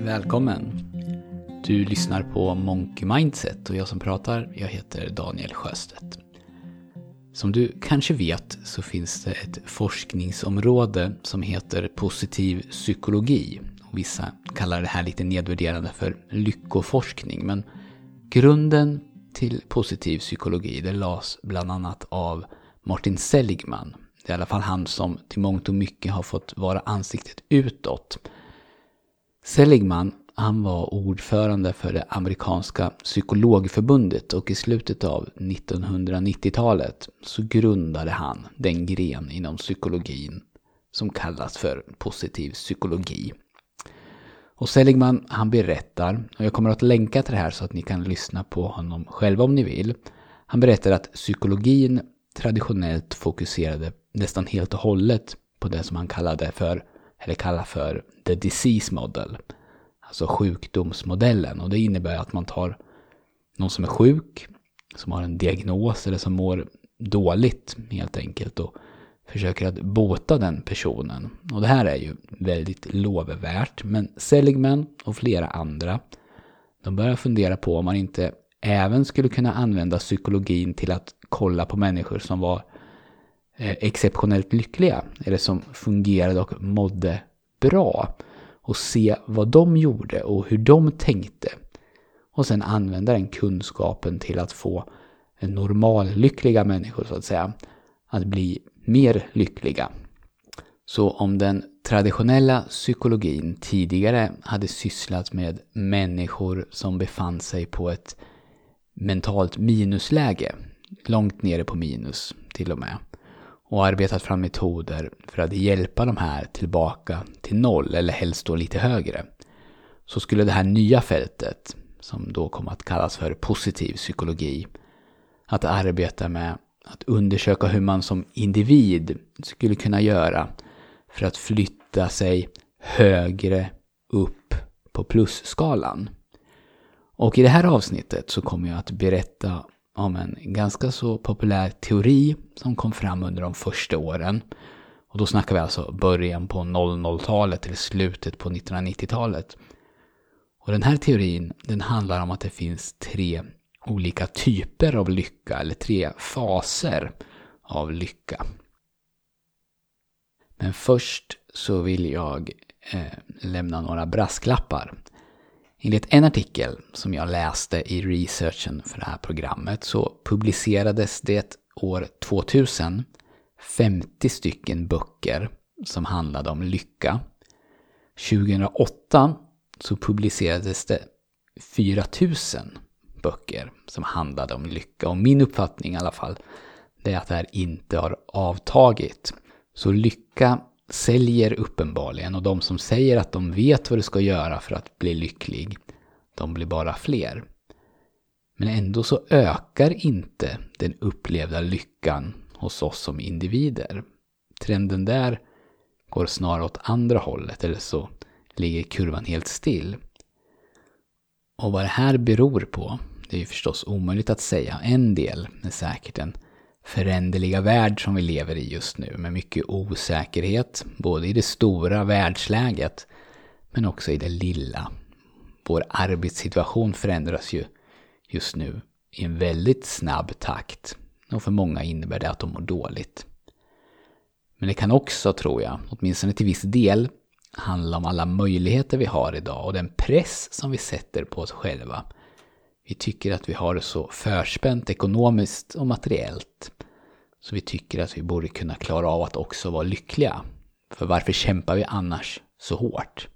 Välkommen! Du lyssnar på Monkey Mindset och jag som pratar, jag heter Daniel Sjöstedt. Som du kanske vet så finns det ett forskningsområde som heter positiv psykologi. Vissa kallar det här lite nedvärderande för lyckoforskning, men grunden till positiv psykologi det lades bland annat av Martin Seligman. Det är i alla fall han som till mångt och mycket har fått vara ansiktet utåt. Seligman, han var ordförande för det amerikanska psykologförbundet och i slutet av 1990-talet så grundade han den gren inom psykologin som kallas för positiv psykologi. Och Seligman, han berättar, och jag kommer att länka till det här så att ni kan lyssna på honom själva om ni vill. Han berättar att psykologin traditionellt fokuserade nästan helt och hållet på det som han kallar för the disease model. Alltså sjukdomsmodellen. Och det innebär att man tar någon som är sjuk, som har en diagnos eller som mår dåligt helt enkelt och försöker att bota den personen. Och det här är ju väldigt lovvärt. Men Seligman och flera andra, de börjar fundera på om man inte även skulle kunna använda psykologin till att kolla på människor som var exceptionellt lyckliga eller som fungerade och mådde bra och se vad de gjorde och hur de tänkte och sen använda den kunskapen till att få en normal lyckliga människor så att säga att bli mer lyckliga. Så om den traditionella psykologin tidigare hade sysslat med människor som befann sig på ett mentalt minusläge, långt nere på minus till och med, och arbetat fram metoder för att hjälpa de här tillbaka till noll eller helst då lite högre, så skulle det här nya fältet, som då kommer att kallas för positiv psykologi, att arbeta med att undersöka hur man som individ skulle kunna göra för att flytta sig högre upp på plusskalan. Och i det här avsnittet så kommer jag att berätta om en ganska så populär teori som kom fram under de första åren. Och då snackar vi alltså början på 00-talet eller slutet på 1990-talet. Och den här teorin, den handlar om att det finns 3 olika typer av lycka eller 3 faser av lycka. Men först så vill jag lämna några brasklappar. Enligt en artikel som jag läste i researchen för det här programmet så publicerades det år 2000 50 stycken böcker som handlade om lycka. 2008 så publicerades det 4000 böcker som handlade om lycka. Och min uppfattning i alla fall det är att det här inte har avtagit. Så lycka säljer uppenbarligen och de som säger att de vet vad de ska göra för att bli lycklig, de blir bara fler. Men ändå så ökar inte den upplevda lyckan hos oss som individer. Trenden där går snarare åt andra hållet eller så ligger kurvan helt still. Och vad det här beror på, det är ju förstås omöjligt att säga. En del är säkert den föränderliga värld som vi lever i just nu med mycket osäkerhet, både i det stora världsläget men också i det lilla. Vår arbetssituation förändras ju just nu i en väldigt snabb takt och för många innebär det att de mår dåligt. Men det kan också, tror jag, åtminstone till viss del handla om alla möjligheter vi har idag och den press som vi sätter på oss själva. Vi tycker att vi har det så förspänt ekonomiskt och materiellt. Så vi tycker att vi borde kunna klara av att också vara lyckliga. För varför kämpar vi annars så hårt?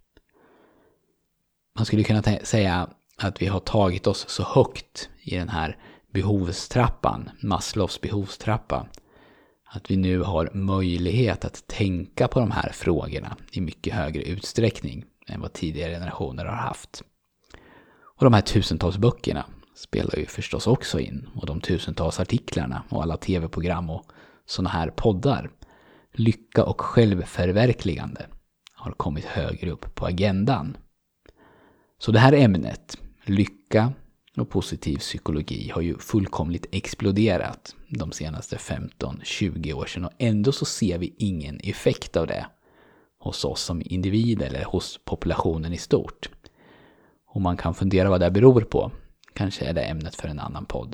Man skulle kunna säga att vi har tagit oss så högt i den här behovstrappan, Maslows behovstrappa. Att vi nu har möjlighet att tänka på de här frågorna i mycket högre utsträckning än vad tidigare generationer har haft. Och de här tusentals böckerna spelar ju förstås också in. Och de tusentals artiklarna och alla tv-program och såna här poddar. Lycka och självförverkligande har kommit högre upp på agendan. Så det här ämnet, lycka och positiv psykologi, har ju fullkomligt exploderat de senaste 15-20 år sedan. Och ändå så ser vi ingen effekt av det hos oss som individer eller hos populationen i stort. Och man kan fundera vad det beror på. Kanske är det ämnet för en annan podd.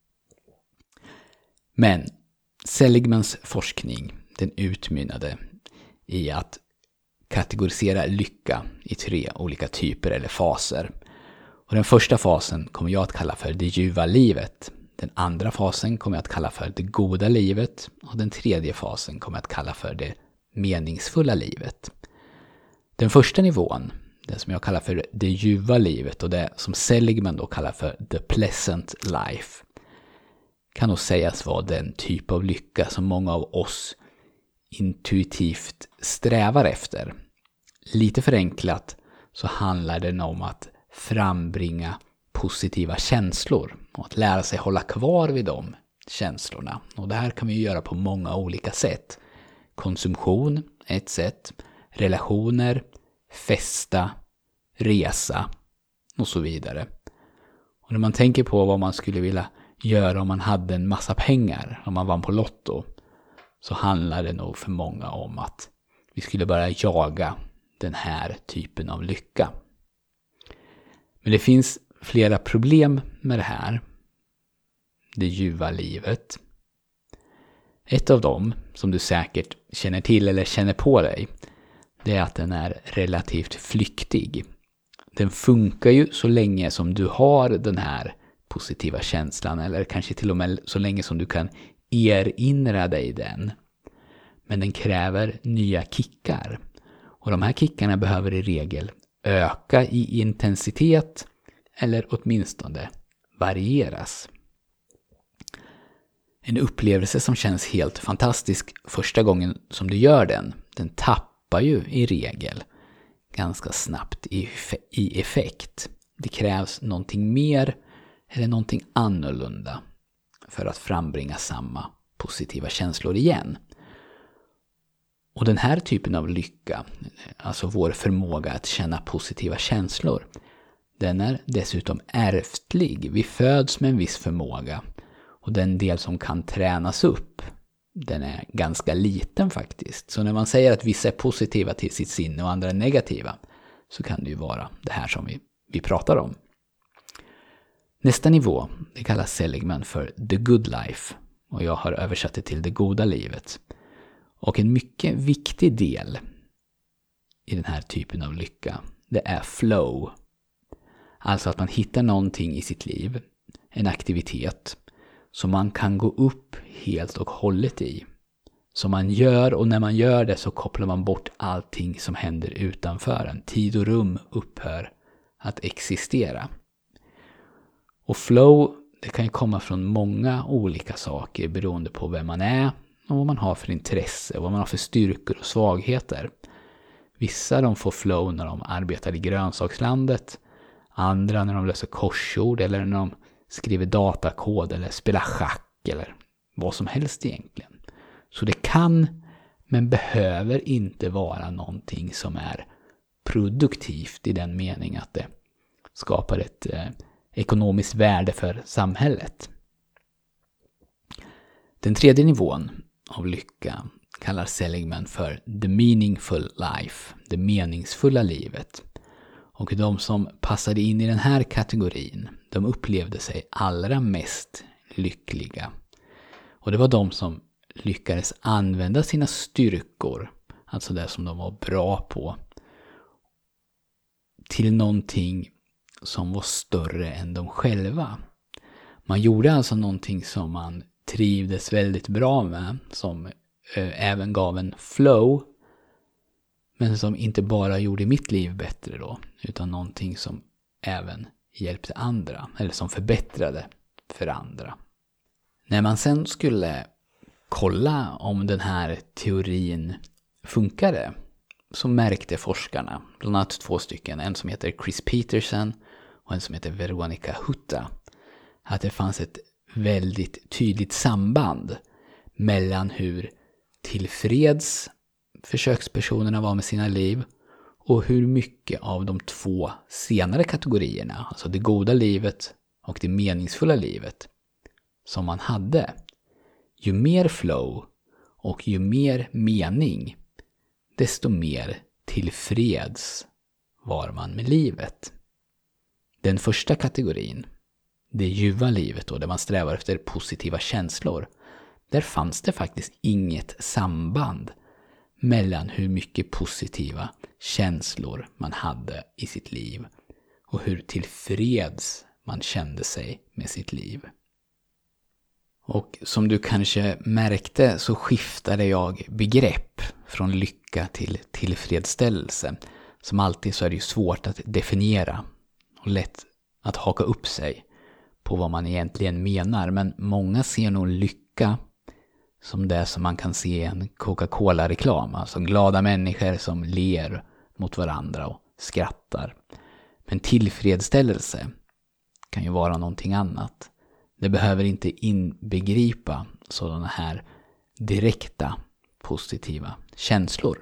Men Seligmans forskning, den utmynnade i att kategorisera lycka i 3 olika typer eller faser. Och den första fasen kommer jag att kalla för det ljuva livet. Den andra fasen kommer jag att kalla för det goda livet. Och den tredje fasen kommer jag att kalla för det meningsfulla livet. Den första nivån, det som jag kallar för det ljuva livet och det som Seligman då kallar för the pleasant life, kan nog sägas vara den typ av lycka som många av oss intuitivt strävar efter. Lite förenklat så handlar det om att frambringa positiva känslor och att lära sig hålla kvar vid de känslorna. Och det här kan vi göra på många olika sätt. Konsumtion är ett sätt, relationer, festa, resa och så vidare. Och när man tänker på vad man skulle vilja göra om man hade en massa pengar, om man vann på Lotto, så handlar det nog för många om att vi skulle börja jaga den här typen av lycka. Men det finns flera problem med det här. Det ljuva livet. Ett av dem, som du säkert känner till eller känner på dig, det är att den är relativt flyktig. Den funkar ju så länge som du har den här positiva känslan, eller kanske till och med så länge som du kan erinra dig den. Men den kräver nya kickar. Och de här kickarna behöver i regel öka i intensitet eller åtminstone varieras. En upplevelse som känns helt fantastisk första gången som du gör den tappar ju i regel ganska snabbt i effekt. Det krävs någonting mer eller någonting annorlunda för att frambringa samma positiva känslor igen. Och den här typen av lycka, alltså vår förmåga att känna positiva känslor, den är dessutom ärftlig. Vi föds med en viss förmåga och den del som kan tränas upp, den är ganska liten faktiskt. Så när man säger att vissa är positiva till sitt sinne och andra är negativa, så kan det ju vara det här som vi pratar om. Nästa nivå, det kallas Seligman för the good life, och jag har översatt det till det goda livet. Och en mycket viktig del i den här typen av lycka, det är flow. Alltså att man hittar någonting i sitt liv, en aktivitet, som man kan gå upp helt och hållet i. Som man gör, och när man gör det så kopplar man bort allting som händer utanför en. Tid och rum upphör att existera. Och flow, det kan ju komma från många olika saker beroende på vem man är och vad man har för intresse, vad man har för styrkor och svagheter. Vissa de får flow när de arbetar i grönsakslandet, andra när de löser korsord eller när de skriver datakod eller spelar schack eller vad som helst egentligen. Så det kan, men behöver inte vara någonting som är produktivt i den mening att det skapar ett ekonomiskt värde för samhället. Den tredje nivån av lycka kallar Seligman för the meaningful life, det meningsfulla livet. Och de som passade in i den här kategorin, de upplevde sig allra mest lyckliga. Och det var de som lyckades använda sina styrkor, alltså det som de var bra på, till någonting som var större än de själva. Man gjorde alltså någonting som man trivdes väldigt bra med, som även gav en flow, men som inte bara gjorde mitt liv bättre då, utan någonting som även hjälpte andra, eller som förbättrade för andra. När man sen skulle kolla om den här teorin funkade, så märkte forskarna, bland annat 2 stycken, en som heter Chris Peterson och en som heter Veronica Hutta, att det fanns ett väldigt tydligt samband mellan hur tillfreds försökspersonerna var med sina liv och hur mycket av de 2 senare kategorierna, alltså det goda livet och det meningsfulla livet, som man hade. Ju mer flow och ju mer mening, desto mer tillfreds var man med livet. Den första kategorin, det ljuva livet då, där man strävar efter positiva känslor, där fanns det faktiskt inget samband mellan hur mycket positiva känslor man hade i sitt liv och hur tillfreds man kände sig med sitt liv. Och som du kanske märkte så skiftade jag begrepp från lycka till tillfredsställelse. Som alltid så är det ju svårt att definiera och lätt att haka upp sig på vad man egentligen menar. Men många ser nog lycka som det som man kan se i en Coca-Cola-reklam. Alltså glada människor som ler mot varandra och skrattar. Men tillfredsställelse kan ju vara någonting annat. Det behöver inte inbegripa sådana här direkta positiva känslor.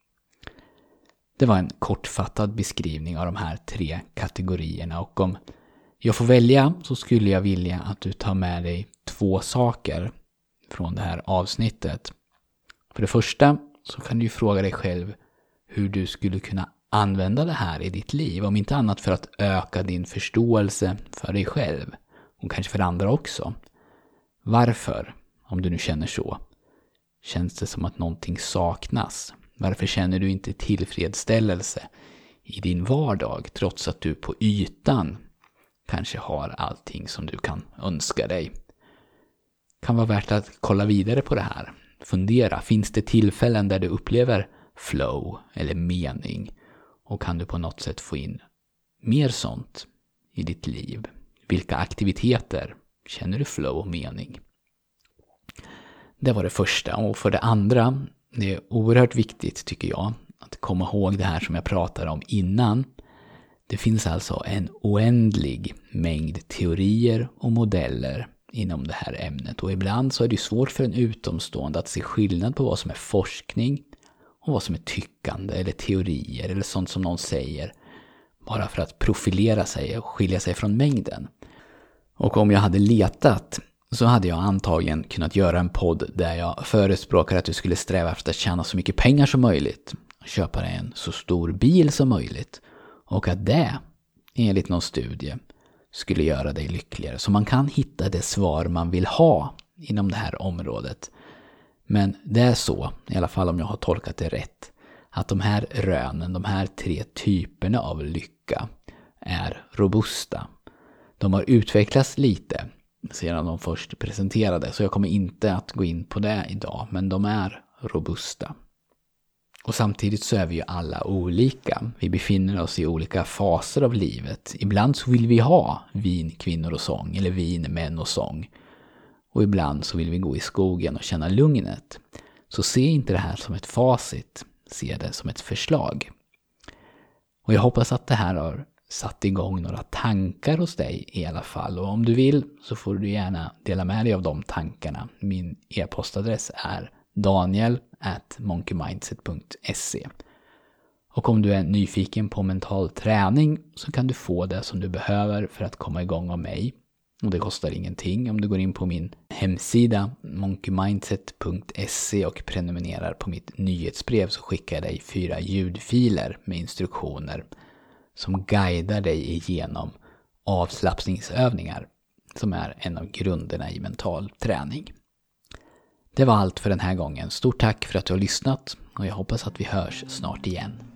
Det var en kortfattad beskrivning av de här 3 kategorierna, och om jag får välja så skulle jag vilja att du tar med dig 2 saker från det här avsnittet. För det första så kan du ju fråga dig själv hur du skulle kunna använda det här i ditt liv, om inte annat för att öka din förståelse för dig själv och kanske för andra också. Varför, om du nu känner så, känns det som att någonting saknas? Varför känner du inte tillfredsställelse i din vardag trots att du på ytan kanske har allting som du kan önska dig? Kan vara värt att kolla vidare på det här. Fundera, finns det tillfällen där du upplever flow eller mening? Och kan du på något sätt få in mer sånt i ditt liv? Vilka aktiviteter känner du flow och mening? Det var det första. Och för det andra, det är oerhört viktigt tycker jag att komma ihåg det här som jag pratade om innan. Det finns alltså en oändlig mängd teorier och modeller inom det här ämnet. Och ibland så är det svårt för en utomstående att se skillnad på vad som är forskning och vad som är tyckande eller teorier eller sånt som någon säger bara för att profilera sig och skilja sig från mängden. Och om jag hade letat så hade jag antagligen kunnat göra en podd där jag förespråkar att du skulle sträva efter att tjäna så mycket pengar som möjligt, köpa dig en så stor bil som möjligt, och att det, enligt någon studie, skulle göra dig lyckligare. Så man kan hitta det svar man vill ha inom det här området. Men det är så, i alla fall om jag har tolkat det rätt, att de här rönen, de här 3 typerna av lycka är robusta. De har utvecklats lite sedan de först presenterade, så jag kommer inte att gå in på det idag, men de är robusta. Och samtidigt så är vi ju alla olika. Vi befinner oss i olika faser av livet. Ibland så vill vi ha vin, kvinnor och sång, eller vin, män och sång. Och ibland så vill vi gå i skogen och känna lugnet. Så se inte det här som ett facit, se det som ett förslag. Och jag hoppas att det här har satt igång några tankar hos dig i alla fall. Och om du vill så får du gärna dela med dig av de tankarna. Min e-postadress är daniel@monkeymindset.se. Och om du är nyfiken på mental träning så kan du få det som du behöver för att komma igång av mig. Och det kostar ingenting. Om du går in på min hemsida monkeymindset.se och prenumererar på mitt nyhetsbrev så skickar jag dig 4 ljudfiler med instruktioner som guidar dig igenom avslappningsövningar som är en av grunderna i mental träning. Det var allt för den här gången. Stort tack för att du har lyssnat och jag hoppas att vi hörs snart igen.